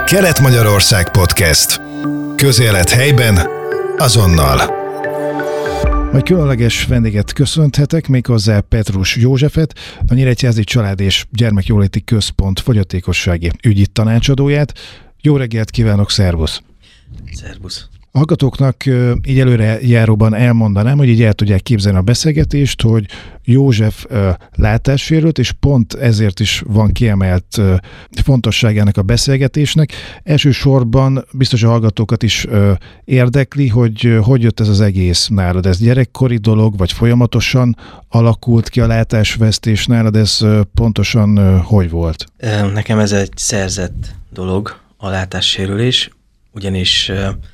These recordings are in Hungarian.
Kelet-Magyarország Podcast. Közélet helyben, azonnal. Majd különleges vendéget köszönhetek, méghozzá Petrus Józsefet, a Nyíregyházi Család- és Gyermekjóléti Központ fogyatékossági ügyi tanácsadóját. Jó reggelt kívánok, szervusz! Szervusz! A hallgatóknak így előrejáróban elmondanám, hogy így el tudják képzelni a beszélgetést, hogy József látássérült, és pont ezért is van kiemelt fontosságának a beszélgetésnek. Elsősorban biztos a hallgatókat is érdekli, hogy jött ez az egész nálad. Ez gyerekkori dolog, vagy folyamatosan alakult ki a látásvesztés nálad? Ez pontosan hogy volt? Nekem ez egy szerzett dolog, a látássérülés, ugyanis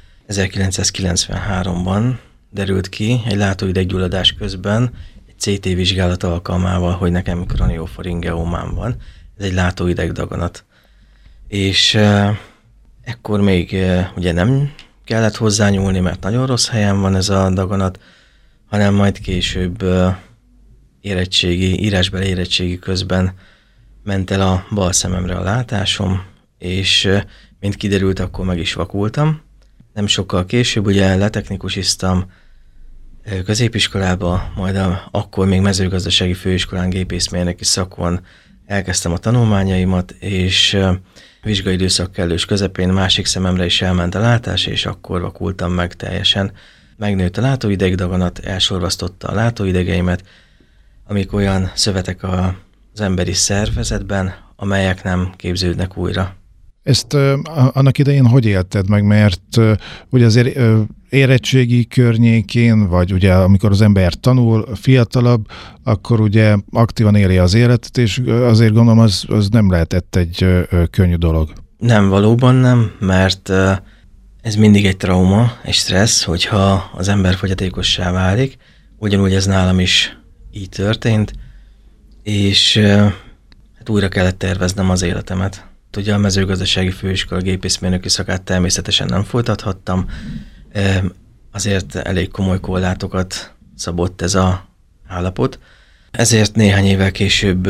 1993-ban derült ki egy látóideggyulladás közben egy CT vizsgálat alkalmával, hogy nekem kraniofaringeómám van. Ez egy látóidegdaganat. És ekkor még ugye nem kellett hozzányúlni, mert nagyon rossz helyen van ez a daganat, hanem majd később írásbeli érettségi közben ment el a bal szememre a látásom, és mint kiderült, akkor meg is vakultam. Nem sokkal később ugye letechnikusiztam középiskolába, majd akkor még mezőgazdasági főiskolán gépészmérnöki szakon elkezdtem a tanulmányaimat, és vizsgai időszak kellős közepén másik szememre is elment a látás, és akkor vakultam meg teljesen. Megnőtt a látóidegdaganat, elsorvasztotta a látóidegeimet, amik olyan szövetek az emberi szervezetben, amelyek nem képződnek újra. Ezt annak idején hogy élted meg, mert ugye azért érettségi környékén, vagy ugye amikor az ember tanul, fiatalabb, akkor ugye aktívan éli az életet, és azért gondolom az nem lehetett egy könnyű dolog. Nem, valóban nem, mert ez mindig egy trauma, egy stressz, hogyha az ember fogyatékossá válik. Ugyanúgy ez nálam is így történt, és hát újra kellett terveznem az életemet. Ugye a mezőgazdasági főiskola gépészmérnöki szakát természetesen nem folytathattam, azért elég komoly korlátokat szabott ez az állapot. Ezért néhány évvel később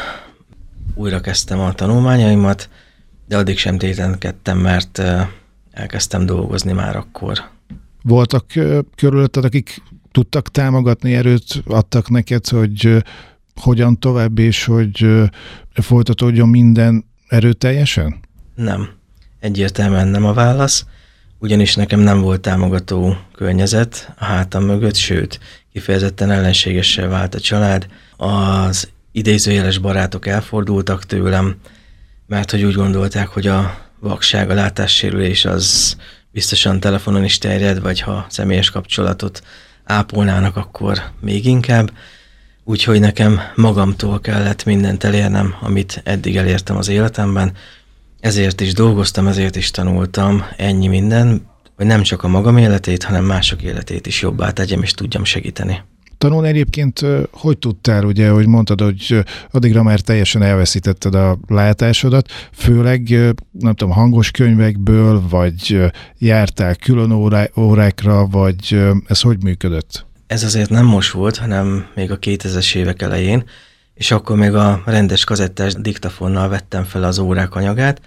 újra kezdtem a tanulmányaimat, de addig sem tétlenkedtem, mert elkezdtem dolgozni már akkor. Voltak körülötted, akik tudtak támogatni, erőt adtak neked, hogy hogyan tovább, és hogy folytatódjon minden erőteljesen? Nem. Egyértelműen nem a válasz, ugyanis nekem nem volt támogató környezet a hátam mögött, sőt, kifejezetten ellenségessel vált a család. Az idézőjeles barátok elfordultak tőlem, mert hogy úgy gondolták, hogy a vakság, a látássérülés az biztosan telefonon is terjed, vagy ha személyes kapcsolatot ápolnának, akkor még inkább. Úgyhogy nekem magamtól kellett mindent elérnem, amit eddig elértem az életemben. Ezért is dolgoztam, ezért is tanultam, ennyi minden, hogy nem csak a magam életét, hanem mások életét is jobbá tegyem és tudjam segíteni. Tanulni egyébként hogy tudtál, ugye, hogy mondtad, hogy addigra már teljesen elveszítetted a látásodat, főleg, nem tudom, hangos könyvekből, vagy jártál külön órákra, vagy ez hogy működött? Ez azért nem most volt, hanem még a 2000-es évek elején, és akkor még a rendes kazettás diktafonnal vettem fel az órák anyagát,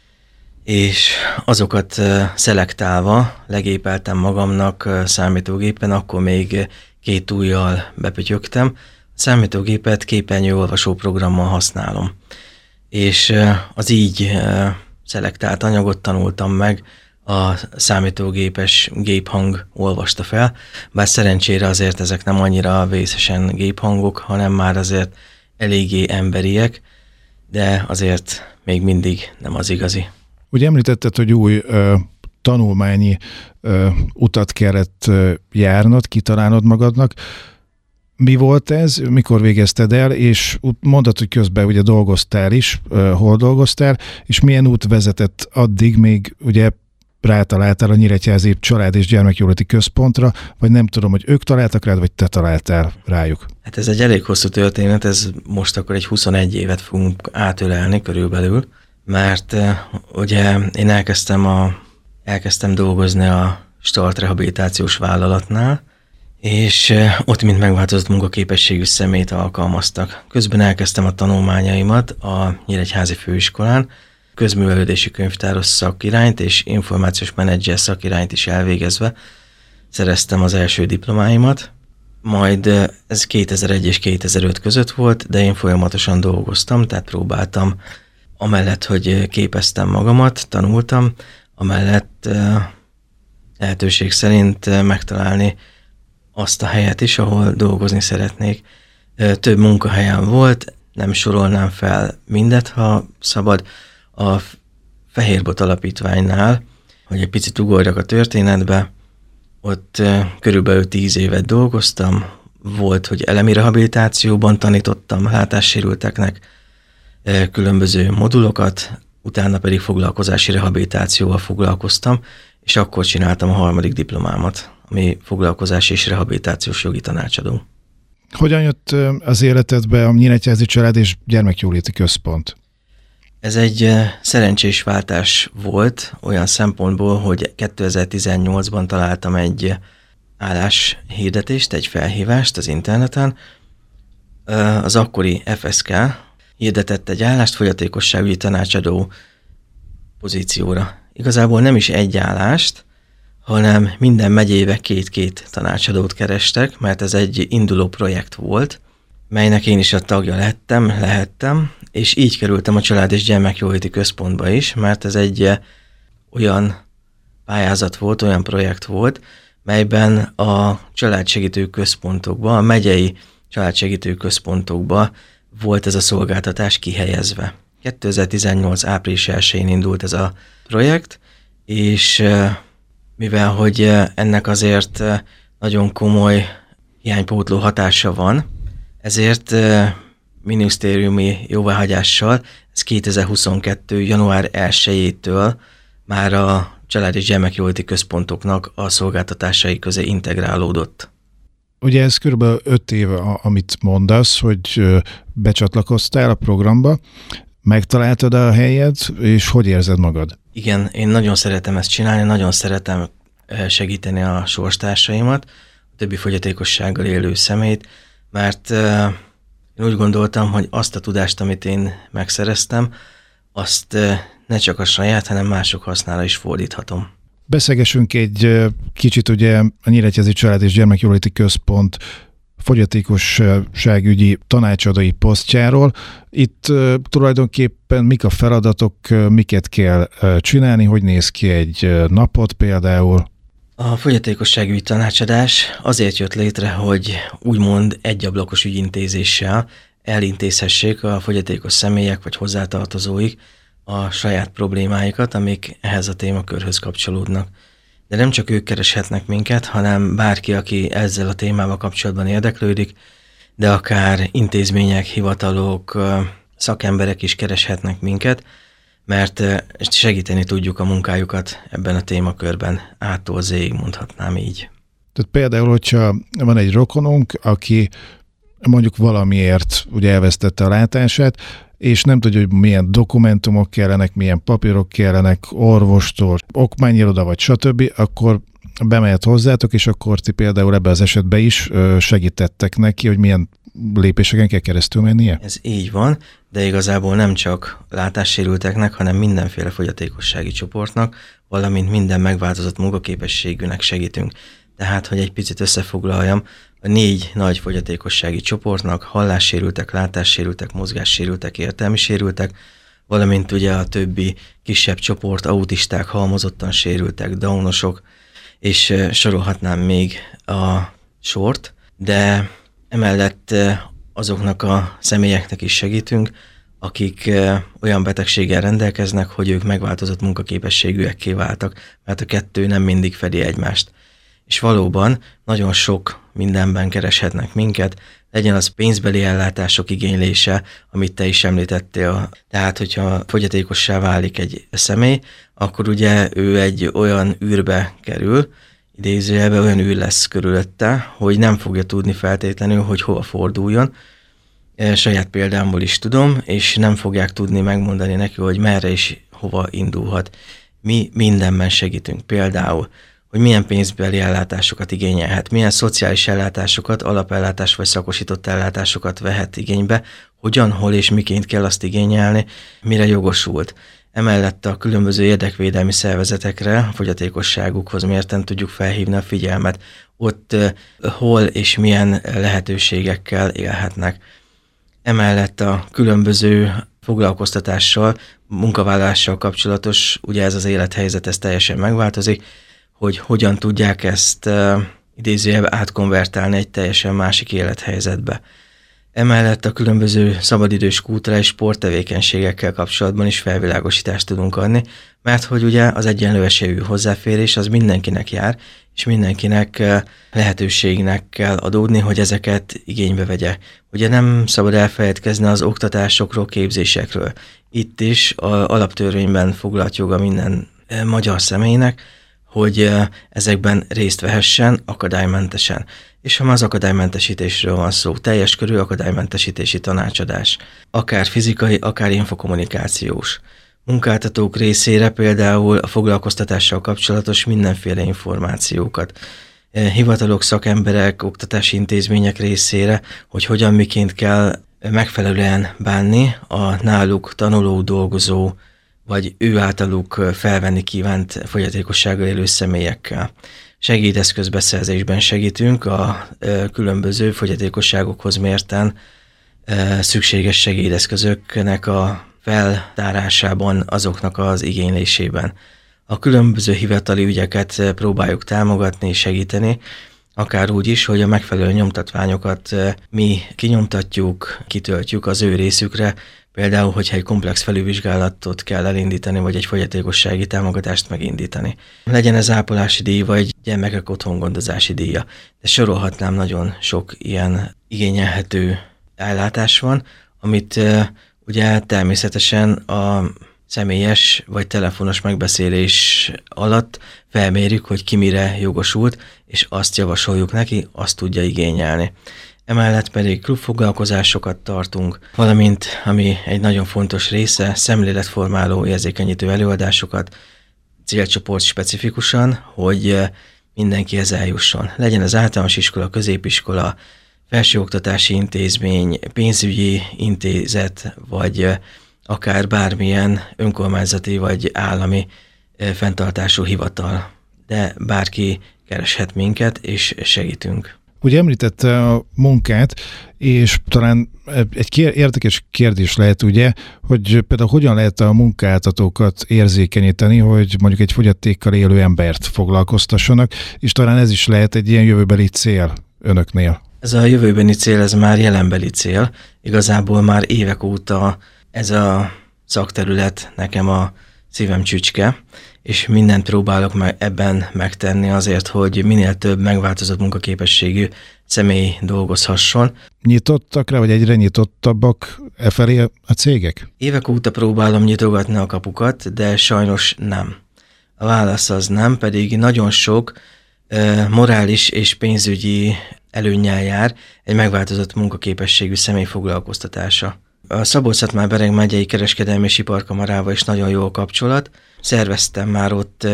és azokat szelektálva legépeltem magamnak számítógépen, akkor még 2 ujjal bepötyögtem. A számítógépet képernyőolvasó programmal használom. És az így szelektált anyagot tanultam meg, a számítógépes géphang olvasta fel, bár szerencsére azért ezek nem annyira vészesen géphangok, hanem már azért eléggé emberiek, de azért még mindig nem az igazi. Ugye említetted, hogy új tanulmányi utat kellett járnod, kitalálnod magadnak. Mi volt ez, mikor végezted el, és mondtad, hogy közben ugye dolgoztál is, hol dolgoztál, és milyen út vezetett addig, még ugye rátaláltál a Nyíregyházi Család- és Gyermekjóléti Központra, vagy nem tudom, hogy ők találtak rád, vagy te találtál rájuk? Hát ez egy elég hosszú történet, ez most akkor egy 21 évet fogunk átölelni körülbelül, mert ugye én elkezdtem dolgozni a Start rehabilitációs vállalatnál, és ott mind megváltozott munkaképességű személyt alkalmaztak. Közben elkezdtem a tanulmányaimat a Nyíregyházi főiskolán, közművelődési könyvtáros szakirányt és információs menedzser szakirányt is elvégezve szereztem az első diplomáimat, majd ez 2001 és 2005 között volt, de én folyamatosan dolgoztam, tehát próbáltam, amellett, hogy képeztem magamat, tanultam, amellett lehetőség szerint megtalálni azt a helyet is, ahol dolgozni szeretnék. Több munkahelyem volt, nem sorolnám fel mindet, ha szabad. A Fehérbot Alapítványnál, hogy egy picit ugorjak a történetbe, ott körülbelül 10 évet dolgoztam, volt, hogy elemi rehabilitációban tanítottam látássérülteknek különböző modulokat, utána pedig foglalkozási rehabilitációval foglalkoztam, és akkor csináltam a 3. diplomámat, ami foglalkozási és rehabilitációs jogi tanácsadó. Hogyan jött az életedbe a Nyíregyházi Család és Gyermekjóléti Központ? Ez egy szerencsés váltás volt olyan szempontból, hogy 2018-ban találtam egy álláshirdetést, egy felhívást az interneten. Az akkori FSK hirdetett egy állást fogyatékosságügyi tanácsadó pozícióra. Igazából nem is egy állást, hanem minden megyébe 2 tanácsadót kerestek, mert ez egy induló projekt volt, melynek én is a tagja lehettem, és így kerültem a Család- és Gyermekjóléti Központba is, mert ez egy olyan pályázat volt, olyan projekt volt, melyben a családsegítő központokba, a megyei családsegítő központokba volt ez a szolgáltatás kihelyezve. 2018. április 1-én indult ez a projekt, és mivel hogy ennek azért nagyon komoly hiánypótló hatása van, ezért minisztériumi jóváhagyással ez 2022. január 1-től már a Család- és Gyermekjóléti Központoknak a szolgáltatásai közé integrálódott. Ugye ez körülbelül 5 év, amit mondasz, hogy becsatlakoztál a programba, megtaláltad a helyed, és hogy érzed magad? Igen, én nagyon szeretem ezt csinálni, nagyon szeretem segíteni a sorstársaimat, a többi fogyatékossággal élő személyt, mert én úgy gondoltam, hogy azt a tudást, amit én megszereztem, azt ne csak a saját, hanem mások hasznára is fordíthatom. Beszélgessünk egy kicsit ugye a Nyíregyházi Család- és Gyermekjóléti Központ fogyatékosságügyi tanácsadói posztjáról. Itt tulajdonképpen mik a feladatok, miket kell csinálni, hogy néz ki egy napot például? A fogyatékosságügyi tanácsadás azért jött létre, hogy úgymond egyablakos ügyintézéssel elintézhessék a fogyatékos személyek vagy hozzátartozóik a saját problémáikat, amik ehhez a témakörhöz kapcsolódnak. De nem csak ők kereshetnek minket, hanem bárki, aki ezzel a témával kapcsolatban érdeklődik, de akár intézmények, hivatalok, szakemberek is kereshetnek minket, mert segíteni tudjuk a munkájukat ebben a témakörben, A-tól Z-ig mondhatnám így. Tehát például, hogyha van egy rokonunk, aki mondjuk valamiért ugye elvesztette a látását, és nem tudja, hogy milyen dokumentumok kellenek, milyen papírok kellenek, orvostól, okmányiroda vagy stb., akkor bemehet hozzátok, és akkor ti például ebben az esetben is segítettek neki, hogy milyen lépéseken kell keresztül mennie? Ez így van, de igazából nem csak látássérülteknek, hanem mindenféle fogyatékossági csoportnak, valamint minden megváltozott munkaképességűnek segítünk. Tehát, hogy egy picit összefoglaljam, a 4 nagy fogyatékossági csoportnak, hallássérültek, látássérültek, mozgássérültek, értelmi sérültek, valamint ugye a többi kisebb csoport, autisták, halmozottan sérültek, downosok, és sorolhatnám még a sort, de emellett azoknak a személyeknek is segítünk, akik olyan betegséggel rendelkeznek, hogy ők megváltozott munkaképességűekké váltak, mert a kettő nem mindig fedi egymást. És valóban nagyon sok mindenben kereshetnek minket, legyen az pénzbeli ellátások igénylése, amit te is említettél. Tehát, hogyha fogyatékossá válik egy személy, akkor ugye ő egy olyan űrbe kerül, idézőjelben olyan űr lesz körülötte, hogy nem fogja tudni feltétlenül, hogy hova forduljon. Saját példámból is tudom, és nem fogják tudni megmondani neki, hogy merre és hova indulhat. Mi mindenben segítünk. Például, hogy milyen pénzbeli ellátásokat igényelhet, milyen szociális ellátásokat, alapellátás vagy szakosított ellátásokat vehet igénybe, hogyan, hol és miként kell azt igényelni, mire jogosult. Emellett a különböző érdekvédelmi szervezetekre, a fogyatékosságukhoz mérten tudjuk felhívni a figyelmet. Ott hol és milyen lehetőségekkel élhetnek. Emellett a különböző foglalkoztatással, munkavállalással kapcsolatos, ugye ez az élethelyzet, ez teljesen megváltozik, hogy hogyan tudják ezt idézőjelben átkonvertálni egy teljesen másik élethelyzetbe. Emellett a különböző szabadidős kultúra és sporttevékenységekkel kapcsolatban is felvilágosítást tudunk adni, mert hogy ugye az egyenlő esélyű hozzáférés az mindenkinek jár, és mindenkinek lehetőségnek kell adódni, hogy ezeket igénybe vegye. Ugye nem szabad elfelejtkezni az oktatásokról, képzésekről. Itt is az alaptörvényben foglalt joga minden magyar személynek, hogy ezekben részt vehessen akadálymentesen. És ha már az akadálymentesítésről van szó, teljes körű akadálymentesítési tanácsadás, akár fizikai, akár infokommunikációs. Munkáltatók részére például a foglalkoztatással kapcsolatos mindenféle információkat. Hivatalok, szakemberek, oktatási intézmények részére, hogy hogyan, miként kell megfelelően bánni a náluk tanuló, dolgozó, vagy ő általuk felvenni kívánt fogyatékossággal élő személyekkel. Segédeszköz beszerzésben segítünk a különböző fogyatékosságokhoz mérten szükséges segédeszközöknek a feltárásában, azoknak az igénylésében. A különböző hivatali ügyeket próbáljuk támogatni és segíteni, akár úgy is, hogy a megfelelő nyomtatványokat mi kinyomtatjuk, kitöltjük az ő részükre, például, hogyha egy komplex felülvizsgálatot kell elindítani, vagy egy fogyatékossági támogatást megindítani. Legyen ez ápolási díj, vagy gyermekek otthongondozási díja. De sorolhatnám, nagyon sok ilyen igényelhető ellátás van, amit ugye természetesen a személyes vagy telefonos megbeszélés alatt felmérjük, hogy ki mire jogosult, és azt javasoljuk neki, azt tudja igényelni. Emellett pedig klubfoglalkozásokat tartunk, valamint, ami egy nagyon fontos része, szemléletformáló, érzékenyítő előadásokat, célcsoport specifikusan, hogy mindenkihez eljusson. Legyen az általános iskola, középiskola, felsőoktatási intézmény, pénzügyi intézet, vagy akár bármilyen önkormányzati vagy állami fenntartású hivatal. De bárki kereshet minket, és segítünk. Ugye említette a munkát, és talán egy érdekes kérdés lehet, ugye, hogy például hogyan lehet a munkáltatókat érzékenyíteni, hogy mondjuk egy fogyatékkal élő embert foglalkoztassanak, és talán ez is lehet egy ilyen jövőbeli cél önöknél. Ez a jövőbeni cél, ez már jelenbeli cél. Igazából már évek óta ez a szakterület nekem a szívem csücske, és mindent próbálok ebben megtenni azért, hogy minél több megváltozott munkaképességű személy dolgozhasson. Nyitottak rá, vagy egyre nyitottabbak felé a cégek? Évek óta próbálom nyitogatni a kapukat, de sajnos nem. A válasz az nem, pedig nagyon sok morális és pénzügyi előnnyel jár egy megváltozott munkaképességű személy foglalkoztatása. A Szabolcs-Szatmár-Bereg megyei kereskedelmi és iparkamarával is nagyon jó a kapcsolat. Szerveztem már ott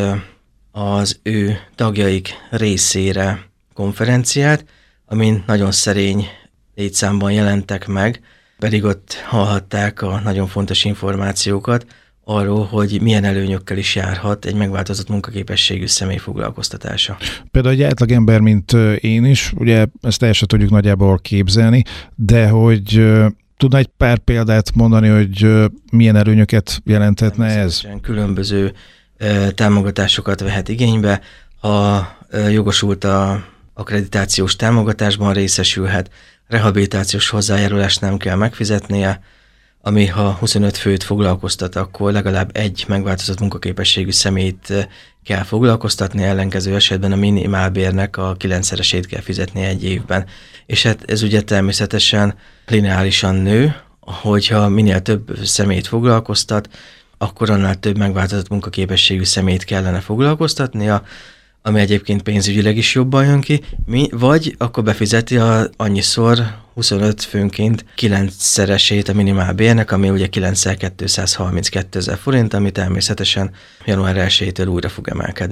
az ő tagjaik részére konferenciát, amin nagyon szerény létszámban jelentek meg, pedig ott hallhatták a nagyon fontos információkat arról, hogy milyen előnyökkel is járhat egy megváltozott munkaképességű személy foglalkoztatása. Például egy átlagember, mint én is, ugye ezt el sem tudjuk nagyjából képzelni, de hogy tudna egy pár példát mondani, hogy milyen előnyöket jelenthetne ez? Különböző támogatásokat vehet igénybe, ha jogosult a akkreditációs támogatásban részesülhet, rehabilitációs hozzájárulást nem kell megfizetnie, ami ha 25 főt foglalkoztat, akkor legalább egy megváltozott munkaképességű személyt kell foglalkoztatni, ellenkező esetben a minimálbérnek a 9-szeresét kell fizetni egy évben. És hát ez ugye természetesen lineárisan nő, hogyha minél több személyt foglalkoztat, akkor annál több megváltozott munkaképességű személyt kellene foglalkoztatnia, ami egyébként pénzügyileg is jobban jön ki, vagy akkor befizeti annyiszor 25 főnként 9-szeresét a minimálbérnek, ami ugye 9x232 000 forint, ami természetesen január 1-től újra fog emelkedni.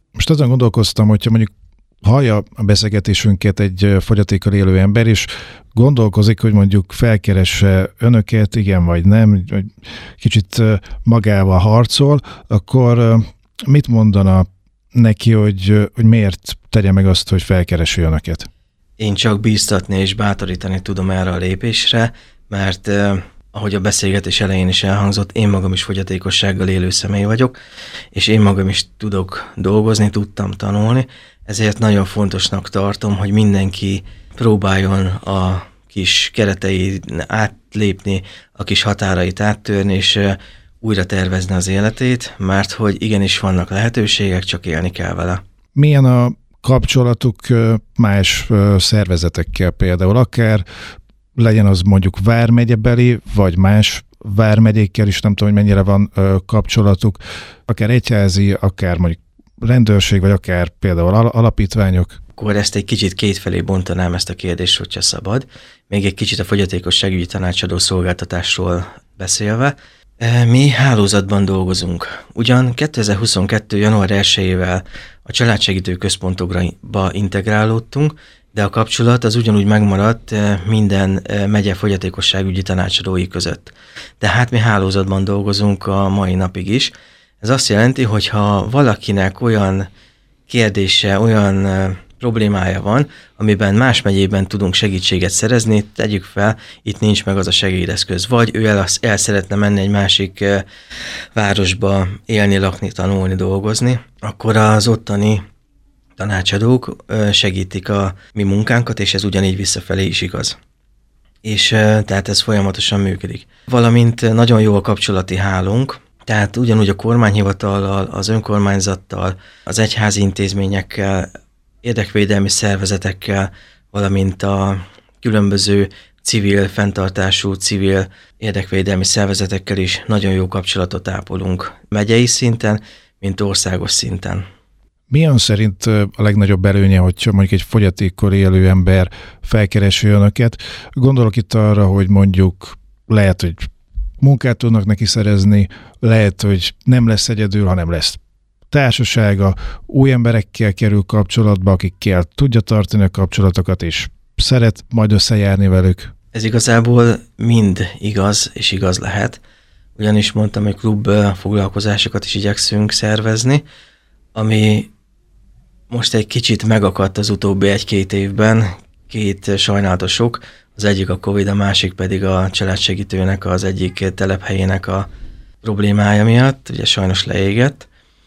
Most azon gondolkoztam, hogyha mondjuk hallja a beszélgetésünket egy fogyatékkal élő ember, és gondolkozik, hogy mondjuk felkeresse önöket, igen vagy nem, hogy kicsit magával harcol, akkor mit mondana neki, hogy miért tegye meg azt, hogy felkeresi önöket? Én csak bíztatni és bátorítani tudom erre a lépésre, mert ahogy a beszélgetés elején is elhangzott, én magam is fogyatékossággal élő személy vagyok, és én magam is tudok dolgozni, tudtam tanulni, ezért nagyon fontosnak tartom, hogy mindenki próbáljon a kis keretei átlépni, a kis határait áttörni, és újra tervezni az életét, mert hogy igenis vannak lehetőségek, csak élni kell vele. Milyen a kapcsolatuk más szervezetekkel például, akár legyen az mondjuk vármegyebeli, vagy más vármegyékkel is, nem tudom, hogy mennyire van kapcsolatuk, akár egyházi, akár mondjuk rendőrség, vagy akár például alapítványok? Akkor ezt egy kicsit kétfelé bontanám ezt a kérdést, hogyha szabad. Még egy kicsit a fogyatékosságügyi tanácsadó szolgáltatásról beszélve. Mi hálózatban dolgozunk. Ugyan 2022. január 1-ével a családsegítő központokba integrálódtunk, de a kapcsolat az ugyanúgy megmaradt minden megye fogyatékosságügyi tanácsadói között. Tehát mi hálózatban dolgozunk a mai napig is. Ez azt jelenti, hogy ha valakinek olyan kérdése, olyan problémája van, amiben más megyében tudunk segítséget szerezni, tegyük fel, itt nincs meg az a segédeszköz. Vagy ő el szeretne menni egy másik városba élni, lakni, tanulni, dolgozni, akkor az ottani tanácsadók segítik a mi munkánkat, és ez ugyanígy visszafelé is igaz. És tehát ez folyamatosan működik. Valamint nagyon jó a kapcsolati hálónk, tehát ugyanúgy a kormányhivatallal, az önkormányzattal, az egyházi intézményekkel, érdekvédelmi szervezetekkel, valamint a különböző civil fenntartású, civil érdekvédelmi szervezetekkel is nagyon jó kapcsolatot ápolunk megyei szinten, mint országos szinten. Milyen szerint a legnagyobb előnye, hogyha mondjuk egy fogyatékkal élő ember felkeresi önöket? Gondolok itt arra, hogy mondjuk lehet, hogy munkát tudnak neki szerezni, lehet, hogy nem lesz egyedül, hanem lesz társasága, új emberekkel kerül kapcsolatba, akikkel tudja tartani a kapcsolatokat, és szeret majd összejárni velük. Ez igazából mind igaz, és igaz lehet. Ugyanis mondtam, hogy klub foglalkozásokat is igyekszünk szervezni, ami most egy kicsit megakadt az utóbbi 1-2 évben, 2 sajnálatos ok, az egyik a Covid, a másik pedig a családsegítőnek az egyik telephelyének a problémája miatt, ugye sajnos leégett,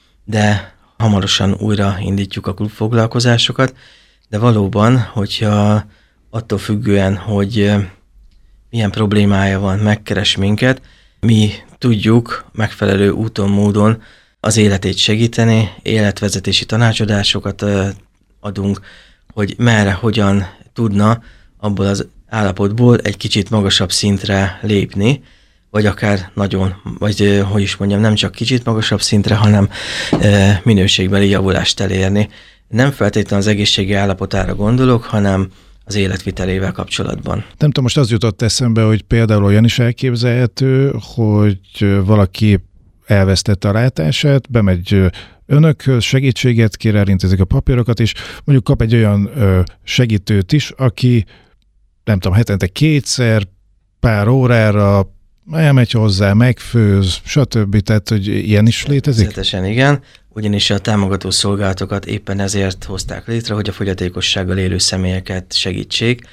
de hamarosan újra indítjuk a klubfoglalkozásokat, de valóban, hogyha attól függően, hogy milyen problémája van, megkeres minket, mi tudjuk megfelelő úton, módon az életét segíteni, életvezetési tanácsadásokat adunk, hogy merre, hogyan tudna abból az állapotból egy kicsit magasabb szintre lépni, vagy akár nagyon, vagy hogy is mondjam, nem csak kicsit magasabb szintre, hanem minőségbeli javulást elérni. Nem feltétlenül az egészségi állapotára gondolok, hanem az életvitelével kapcsolatban. Nem tudom, most az jutott eszembe, hogy például olyan is elképzelhető, hogy valaki elvesztette a látását, bemegy önökhöz, segítséget kér, elintézik a papírokat, és mondjuk kap egy olyan segítőt is, aki nem tudom, hetente 2-szer, pár órára elmegy hozzá, megfőz, stb. Tehát, hogy ilyen is létezik? Természetesen igen, ugyanis a támogató szolgálatokat éppen ezért hozták létre, hogy a fogyatékossággal élő személyeket segítsék,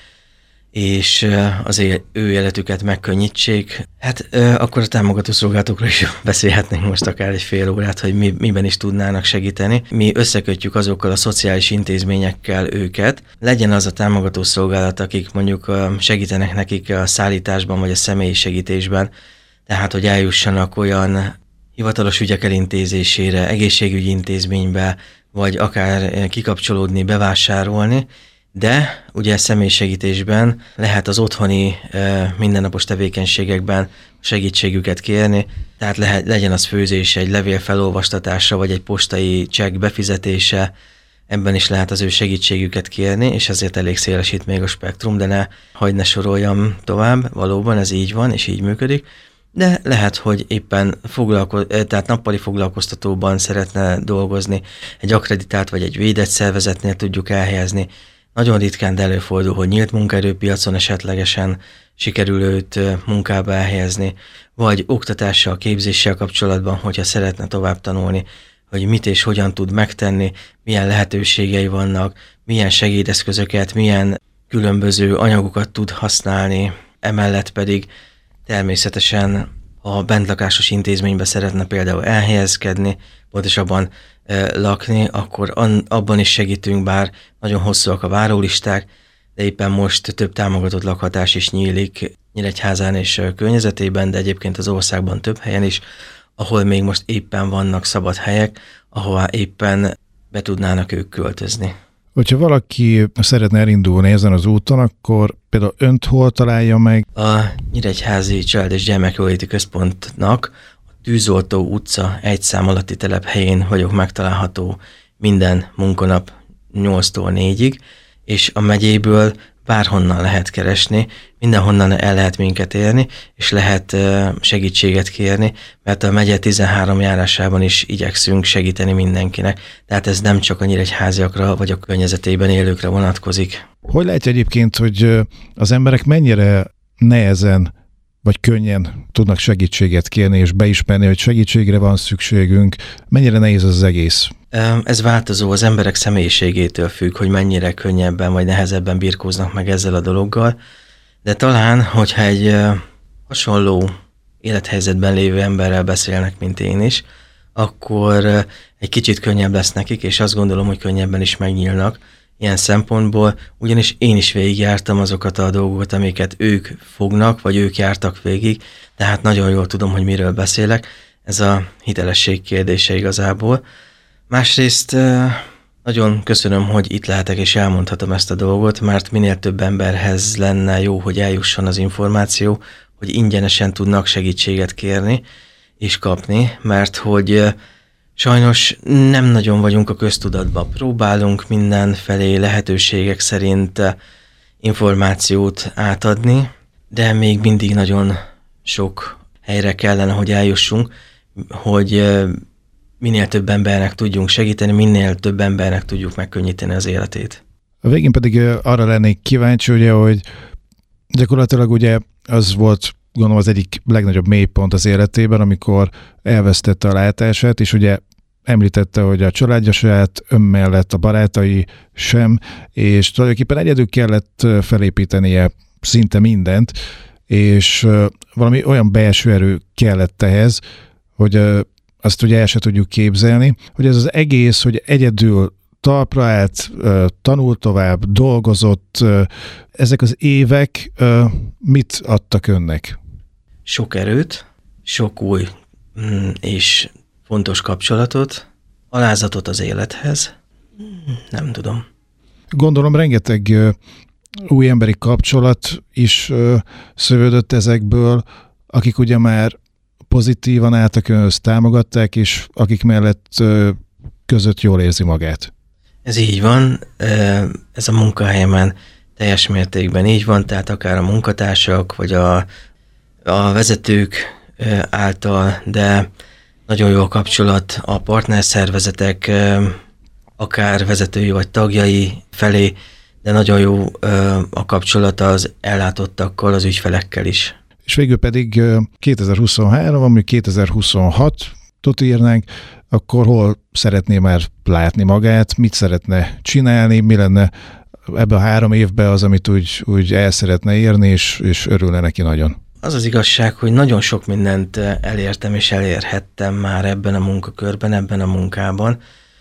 és az ő életüket megkönnyítsék. Hát akkor a támogató szolgálatokról is beszélhetnénk most akár egy fél órát, hogy miben is tudnának segíteni. Mi összekötjük azokkal a szociális intézményekkel őket. Legyen az a támogató szolgálat, akik mondjuk segítenek nekik a szállításban vagy a személyi segítésben, tehát hogy eljussanak olyan hivatalos ügyek elintézésére, egészségügyi intézménybe, vagy akár kikapcsolódni, bevásárolni, de ugye személysegítésben lehet az otthoni mindennapos tevékenységekben segítségüket kérni, tehát legyen az főzés, egy levél felolvastatása, vagy egy postai csekk befizetése, ebben is lehet az ő segítségüket kérni, és ezért elég szélesít még a spektrum, de hagyd ne soroljam tovább, valóban ez így van, és így működik. de lehet, hogy éppen tehát nappali foglalkoztatóban szeretne dolgozni, egy akreditált vagy egy védett szervezetnél tudjuk elhelyezni. Nagyon ritkán, de előfordul, hogy nyílt munkaerőpiacon esetlegesen sikerül őt munkába elhelyezni, vagy oktatással, képzéssel kapcsolatban, hogyha szeretne tovább tanulni, hogy mit és hogyan tud megtenni, milyen lehetőségei vannak, milyen segédeszközöket, milyen különböző anyagokat tud használni, emellett pedig természetesen, ha bentlakásos intézménybe szeretne például elhelyezkedni, pontosabban lakni, akkor abban is segítünk, bár nagyon hosszúak a várólisták, de éppen most több támogatott lakhatás is nyílik Nyíregyházán és környezetében, de egyébként az országban több helyen is, ahol még most éppen vannak szabad helyek, ahová éppen be tudnának ők költözni. Hogyha valaki szeretne elindulni ezen az úton, akkor például önt hol találja meg? A Nyíregyházi Család- és Gyermekjóléti Központnak a Tűzoltó utca 1 szám alatti telephelyén vagyok megtalálható minden munkanap 8-tól 4-ig, és a megyéből bárhonnan lehet keresni, mindenhonnan el lehet minket érni, és lehet segítséget kérni, mert a megye 13 járásában is igyekszünk segíteni mindenkinek. Tehát ez nem csak a nyíregyháziakra vagy a környezetében élőkre vonatkozik. Hogy látja egyébként, hogy az emberek mennyire nehezen vagy könnyen tudnak segítséget kérni, és beismerni, hogy segítségre van szükségünk? Mennyire nehéz az egész? Ez változó, az emberek személyiségétől függ, hogy mennyire könnyebben vagy nehezebben birkóznak meg ezzel a dologgal, de talán, hogyha egy hasonló élethelyzetben lévő emberrel beszélnek, mint én is, akkor egy kicsit könnyebb lesz nekik, és azt gondolom, hogy könnyebben is megnyílnak ilyen szempontból, ugyanis én is végigjártam azokat a dolgokat, amiket ők fognak, vagy ők jártak végig, tehát nagyon jól tudom, hogy miről beszélek. Ez a hitelesség kérdése igazából. Másrészt nagyon köszönöm, hogy itt lehetek és elmondhatom ezt a dolgot, mert minél több emberhez lenne jó, hogy eljusson az információ, hogy ingyenesen tudnak segítséget kérni és kapni, mert hogy sajnos nem nagyon vagyunk a köztudatban. Próbálunk mindenfelé lehetőségek szerint információt átadni, de még mindig nagyon sok helyre kellene, hogy eljussunk, hogy minél több embernek tudjunk segíteni, minél több embernek tudjuk megkönnyíteni az életét. A végén pedig arra lennék kíváncsi, ugye, hogy gyakorlatilag ugye az volt, gondolom, az egyik legnagyobb mélypont az életében, amikor elvesztette a látását, és ugye említette, hogy a családja saját mellett a barátai sem, és tulajdonképpen egyedül kellett felépítenie szinte mindent, és valami olyan belső erő kellett ehhez, hogy azt ugye el se tudjuk képzelni, hogy ez az egész, hogy egyedül talpra állt, tanult tovább, dolgozott, ezek az évek mit adtak önnek? Sok erőt, sok új és fontos kapcsolatot, alázatot az élethez, nem tudom. Gondolom rengeteg új emberi kapcsolat is szövődött ezekből, akik ugye már pozitívan álltak önhöz, támogatták, és akik mellett között jól érzi magát. Ez így van, ez a munkahelyemen teljes mértékben így van, tehát akár a munkatársak, vagy a vezetők által, de nagyon jó a kapcsolat a partnerszervezetek, akár vezetői vagy tagjai felé, de nagyon jó a kapcsolat az ellátottakkal, az ügyfelekkel is. És végül pedig 2023, ami 2026-ot írnánk, akkor hol szeretné már látni magát, mit szeretne csinálni, mi lenne ebbe a 3 évben az, amit úgy el szeretne érni, és örülne neki nagyon. Az az igazság, hogy nagyon sok mindent elértem és elérhettem már ebben a munkakörben, ebben a munkában.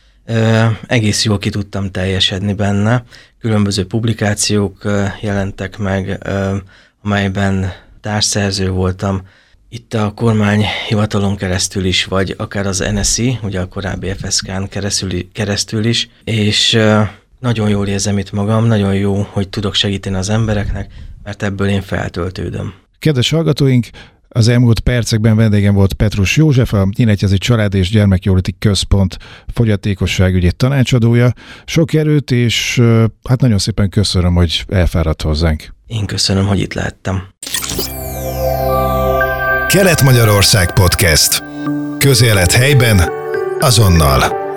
Egész jól ki tudtam teljesedni benne. Különböző publikációk jelentek meg, amelyben társszerző voltam. Itt a kormányhivatalon keresztül is, vagy akár az NSI, ugye a korábbi FSK-n keresztül is, és nagyon jól érzem itt magam, nagyon jó, hogy tudok segíteni az embereknek, mert ebből én feltöltődöm. Kedves hallgatóink, az elmúlt percekben vendégem volt Petrus József, a Nyíregyházi Család- és Gyermekjóléti Központ fogyatékosságügyi tanácsadója. Sok erőt, és hát nagyon szépen köszönöm, hogy elfáradt hozzánk. Én köszönöm, hogy itt lehettem. Kelet-Magyarország Podcast. Közélet helyben, azonnal.